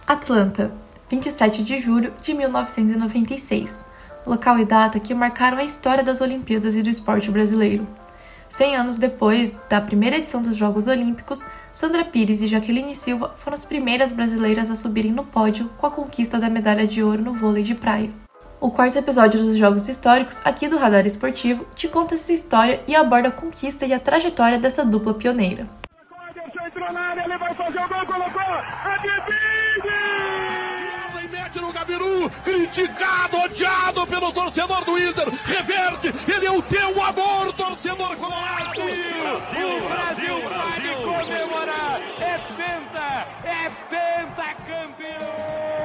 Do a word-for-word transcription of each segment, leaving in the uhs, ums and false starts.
Atlanta, vinte e sete de julho de mil novecentos e noventa e seis. Local e data que marcaram a história das Olimpíadas e do esporte brasileiro. Cem anos depois da primeira edição dos Jogos Olímpicos, Sandra Pires e Jaqueline Silva foram as primeiras brasileiras a subirem no pódio com a conquista da medalha de ouro no vôlei de praia. O quarto episódio dos Jogos Históricos, aqui do Radar Esportivo, te conta essa história e aborda a conquista e a trajetória dessa dupla pioneira. Entrou na área, ele vai fazer o gol, colocou, Adivide! E mete no Gabiru, criticado, odiado pelo torcedor do Inter, reverte, ele é o teu amor, torcedor colorado! O Brasil vai comemorar, é penta, é pentacampeão!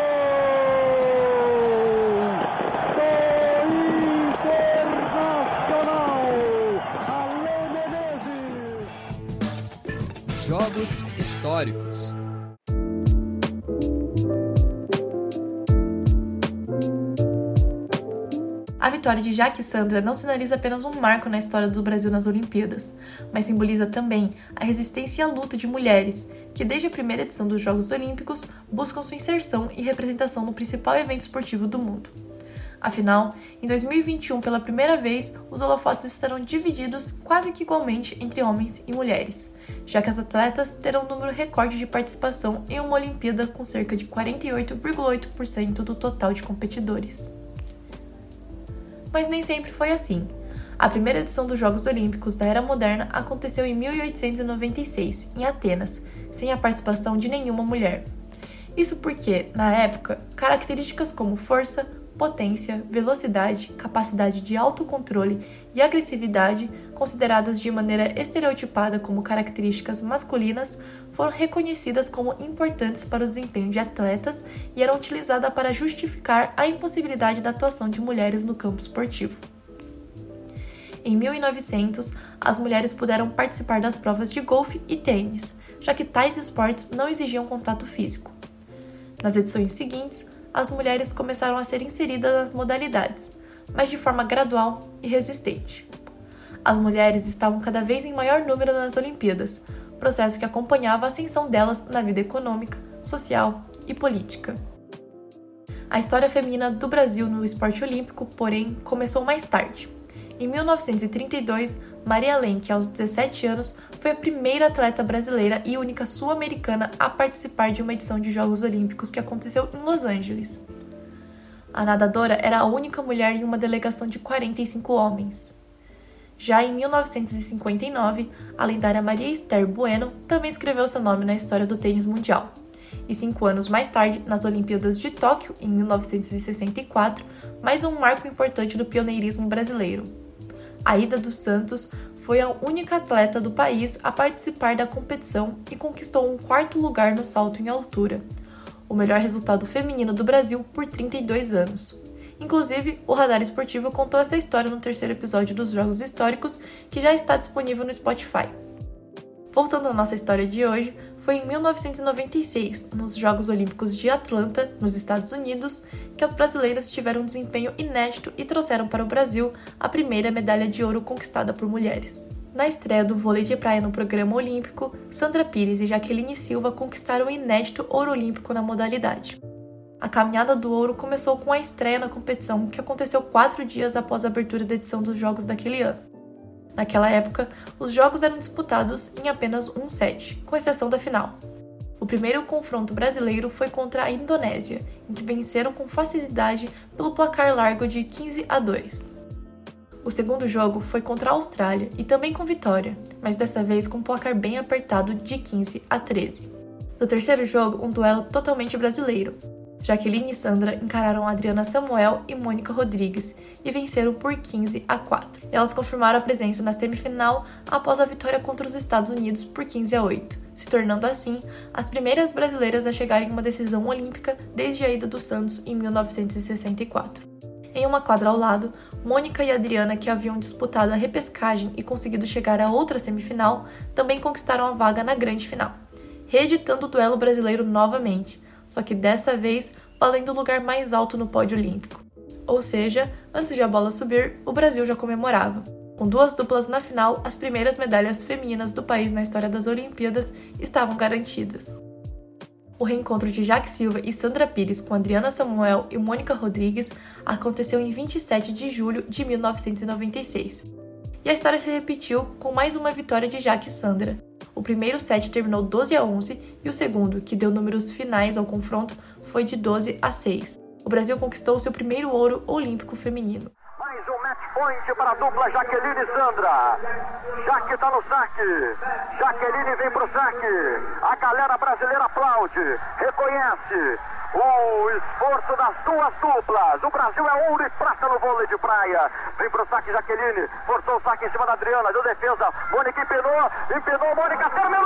Jogos Históricos. A vitória de Jaque e Sandra não sinaliza apenas um marco na história do Brasil nas Olimpíadas, mas simboliza também a resistência e a luta de mulheres, que desde a primeira edição dos Jogos Olímpicos buscam sua inserção e representação no principal evento esportivo do mundo. Afinal, em dois mil e vinte e um, pela primeira vez, os holofotes estarão divididos quase que igualmente entre homens e mulheres, já que as atletas terão um número recorde de participação em uma Olimpíada com cerca de quarenta e oito vírgula oito por cento do total de competidores. Mas nem sempre foi assim. A primeira edição dos Jogos Olímpicos da Era Moderna aconteceu em mil oitocentos e noventa e seis, em Atenas, sem a participação de nenhuma mulher. Isso porque, na época, características como força, potência, velocidade, capacidade de autocontrole e agressividade, consideradas de maneira estereotipada como características masculinas, foram reconhecidas como importantes para o desempenho de atletas e eram utilizadas para justificar a impossibilidade da atuação de mulheres no campo esportivo. Em mil e novecentos, as mulheres puderam participar das provas de golfe e tênis, já que tais esportes não exigiam contato físico. Nas edições seguintes, as mulheres começaram a ser inseridas nas modalidades, mas de forma gradual e resistente. As mulheres estavam cada vez em maior número nas Olimpíadas, processo que acompanhava a ascensão delas na vida econômica, social e política. A história feminina do Brasil no esporte olímpico, porém, começou mais tarde. Em mil novecentos e trinta e dois, Maria Lenk, aos dezessete anos, foi a primeira atleta brasileira e única sul-americana a participar de uma edição de Jogos Olímpicos que aconteceu em Los Angeles. A nadadora era a única mulher em uma delegação de quarenta e cinco homens. Já em mil novecentos e cinquenta e nove, a lendária Maria Esther Bueno também escreveu seu nome na história do tênis mundial. E cinco anos mais tarde, nas Olimpíadas de Tóquio, em mil novecentos e sessenta e quatro, mais um marco importante do pioneirismo brasileiro. Aida dos Santos foi a única atleta do país a participar da competição e conquistou um quarto lugar no salto em altura, o melhor resultado feminino do Brasil por trinta e dois anos. Inclusive, o Radar Esportivo contou essa história no terceiro episódio dos Jogos Históricos, que já está disponível no Spotify. Voltando à nossa história de hoje, foi em mil novecentos e noventa e seis, nos Jogos Olímpicos de Atlanta, nos Estados Unidos, que as brasileiras tiveram um desempenho inédito e trouxeram para o Brasil a primeira medalha de ouro conquistada por mulheres. Na estreia do vôlei de praia no programa olímpico, Sandra Pires e Jaqueline Silva conquistaram o inédito ouro olímpico na modalidade. A caminhada do ouro começou com a estreia na competição, que aconteceu quatro dias após a abertura da edição dos Jogos daquele ano. Naquela época, os jogos eram disputados em apenas um set, com exceção da final. O primeiro confronto brasileiro foi contra a Indonésia, em que venceram com facilidade pelo placar largo de quinze a dois. O segundo jogo foi contra a Austrália, e também com vitória, mas dessa vez com um placar bem apertado de quinze a treze. No terceiro jogo, um duelo totalmente brasileiro. Jaqueline e Sandra encararam Adriana Samuel e Mônica Rodrigues e venceram por quinze a quatro. Elas confirmaram a presença na semifinal após a vitória contra os Estados Unidos por quinze a oito, se tornando assim as primeiras brasileiras a chegarem em uma decisão olímpica desde a ida dos Santos em mil novecentos e sessenta e quatro. Em uma quadra ao lado, Mônica e Adriana, que haviam disputado a repescagem e conseguido chegar à outra semifinal, também conquistaram a vaga na grande final, reeditando o duelo brasileiro novamente, só que dessa vez valendo o lugar mais alto no pódio olímpico. Ou seja, antes de a bola subir, o Brasil já comemorava. Com duas duplas na final, as primeiras medalhas femininas do país na história das Olimpíadas estavam garantidas. O reencontro de Jaque Silva e Sandra Pires com Adriana Samuel e Mônica Rodrigues aconteceu em vinte e sete de julho de mil novecentos e noventa e seis. E a história se repetiu com mais uma vitória de Jaque e Sandra. O primeiro set terminou doze a onze e o segundo, que deu números finais ao confronto, foi de doze a seis. O Brasil conquistou seu primeiro ouro olímpico feminino. Mais um match point para a dupla Jaqueline e Sandra. Jaque está no saque. Jaqueline vem pro saque. A galera brasileira aplaude, reconhece o esforço das duas duplas. O Brasil é ouro e prata no vôlei de praia. Vem pro saque Jaqueline, forçou o saque em cima da Adriana, deu defesa. Mônica empenou, empenou, Mônica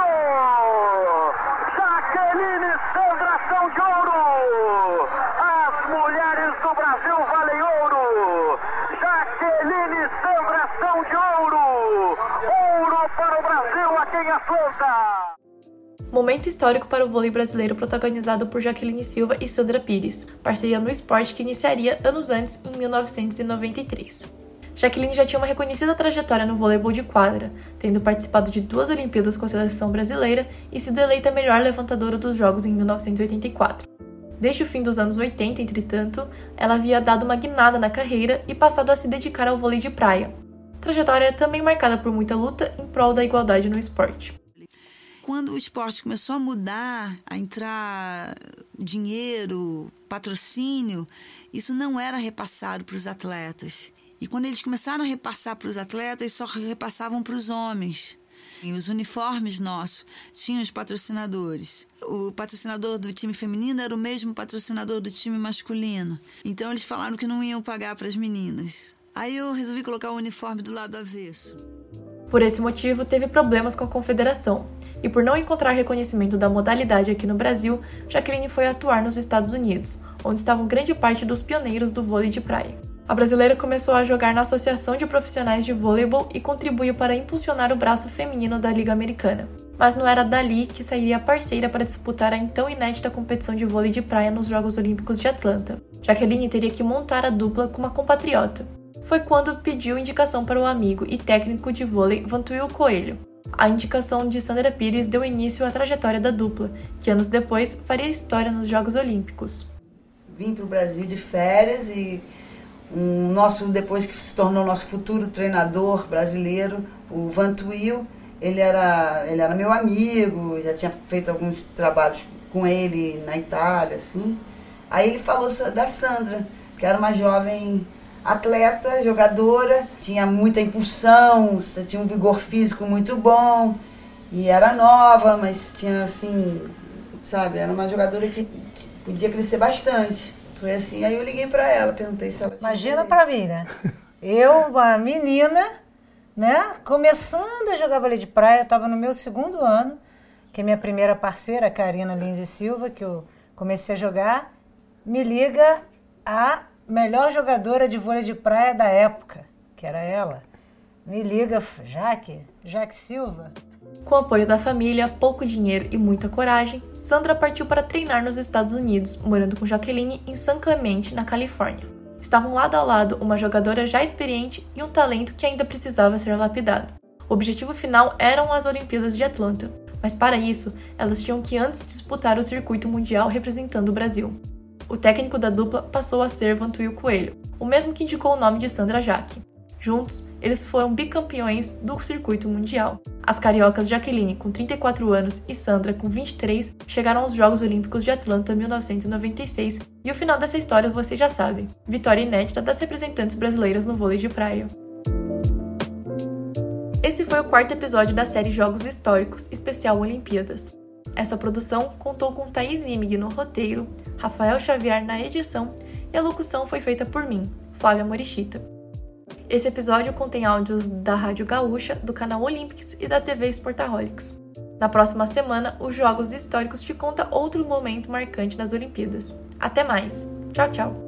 terminou. Jaqueline e Sandra são de ouro. As mulheres do Brasil valem ouro. Jaqueline e Sandra são de ouro. Ouro para o Brasil aqui em Atlanta. Momento histórico para o vôlei brasileiro protagonizado por Jaqueline Silva e Sandra Pires, parceria no esporte que iniciaria anos antes, em mil novecentos e noventa e três. Jaqueline já tinha uma reconhecida trajetória no vôleibol de quadra, tendo participado de duas Olimpíadas com a seleção brasileira e sido eleita a melhor levantadora dos Jogos em mil novecentos e oitenta e quatro. Desde o fim dos anos oitenta, entretanto, ela havia dado uma guinada na carreira e passado a se dedicar ao vôlei de praia. Trajetória também marcada por muita luta em prol da igualdade no esporte. Quando o esporte começou a mudar, a entrar dinheiro, patrocínio, isso não era repassado para os atletas. E quando eles começaram a repassar para os atletas, só repassavam para os homens. E os uniformes nossos tinham os patrocinadores. O patrocinador do time feminino era o mesmo patrocinador do time masculino. Então eles falaram que não iam pagar para as meninas. Aí eu resolvi colocar o uniforme do lado avesso. Por esse motivo, teve problemas com a confederação. E por não encontrar reconhecimento da modalidade aqui no Brasil, Jaqueline foi atuar nos Estados Unidos, onde estavam grande parte dos pioneiros do vôlei de praia. A brasileira começou a jogar na Associação de Profissionais de Vôleibol e contribuiu para impulsionar o braço feminino da Liga Americana. Mas não era dali que sairia a parceira para disputar a então inédita competição de vôlei de praia nos Jogos Olímpicos de Atlanta. Jaqueline teria que montar a dupla com uma compatriota. Foi quando pediu indicação para o amigo e técnico de vôlei Vantuil Coelho. A indicação de Sandra Pires deu início à trajetória da dupla, que anos depois faria história nos Jogos Olímpicos. Vim para o Brasil de férias e um nosso, depois que se tornou nosso futuro treinador brasileiro, o Vantuil, ele era, ele era meu amigo, já tinha feito alguns trabalhos com ele na Itália, assim. Aí ele falou da Sandra, que era uma jovem atleta, jogadora, tinha muita impulsão, tinha um vigor físico muito bom e era nova, mas tinha assim, sabe, era uma jogadora que podia crescer bastante. Foi assim, aí eu liguei pra ela, perguntei se ela tinha Imagina pra mim, né? Eu, uma menina, né, começando a jogar vôlei de praia, estava no meu segundo ano, que a minha primeira parceira, a Karina Lins e Silva, que eu comecei a jogar, me liga a melhor jogadora de vôlei de praia da época, que era ela. Me liga, Jaque, Jaque Silva. Com o apoio da família, pouco dinheiro e muita coragem, Sandra partiu para treinar nos Estados Unidos, morando com Jaqueline em San Clemente, na Califórnia. Estavam lado a lado uma jogadora já experiente e um talento que ainda precisava ser lapidado. O objetivo final eram as Olimpíadas de Atlanta, mas para isso, elas tinham que antes disputar o circuito mundial representando o Brasil. O técnico da dupla passou a ser Vantuil Coelho, o mesmo que indicou o nome de Sandra Jaque. Juntos, eles foram bicampeões do circuito mundial. As cariocas Jaqueline, com trinta e quatro anos, e Sandra, com vinte e três, chegaram aos Jogos Olímpicos de Atlanta mil novecentos e noventa e seis, e o final dessa história vocês já sabem: vitória inédita das representantes brasileiras no vôlei de praia. Esse foi o quarto episódio da série Jogos Históricos, especial Olimpíadas. Essa produção contou com Thaís Imig no roteiro, Rafael Xavier na edição e a locução foi feita por mim, Flávia Morichita. Esse episódio contém áudios da Rádio Gaúcha, do canal Olympics e da T V Sportaholics. Na próxima semana, os Jogos Históricos te conta outro momento marcante nas Olimpíadas. Até mais! Tchau, tchau!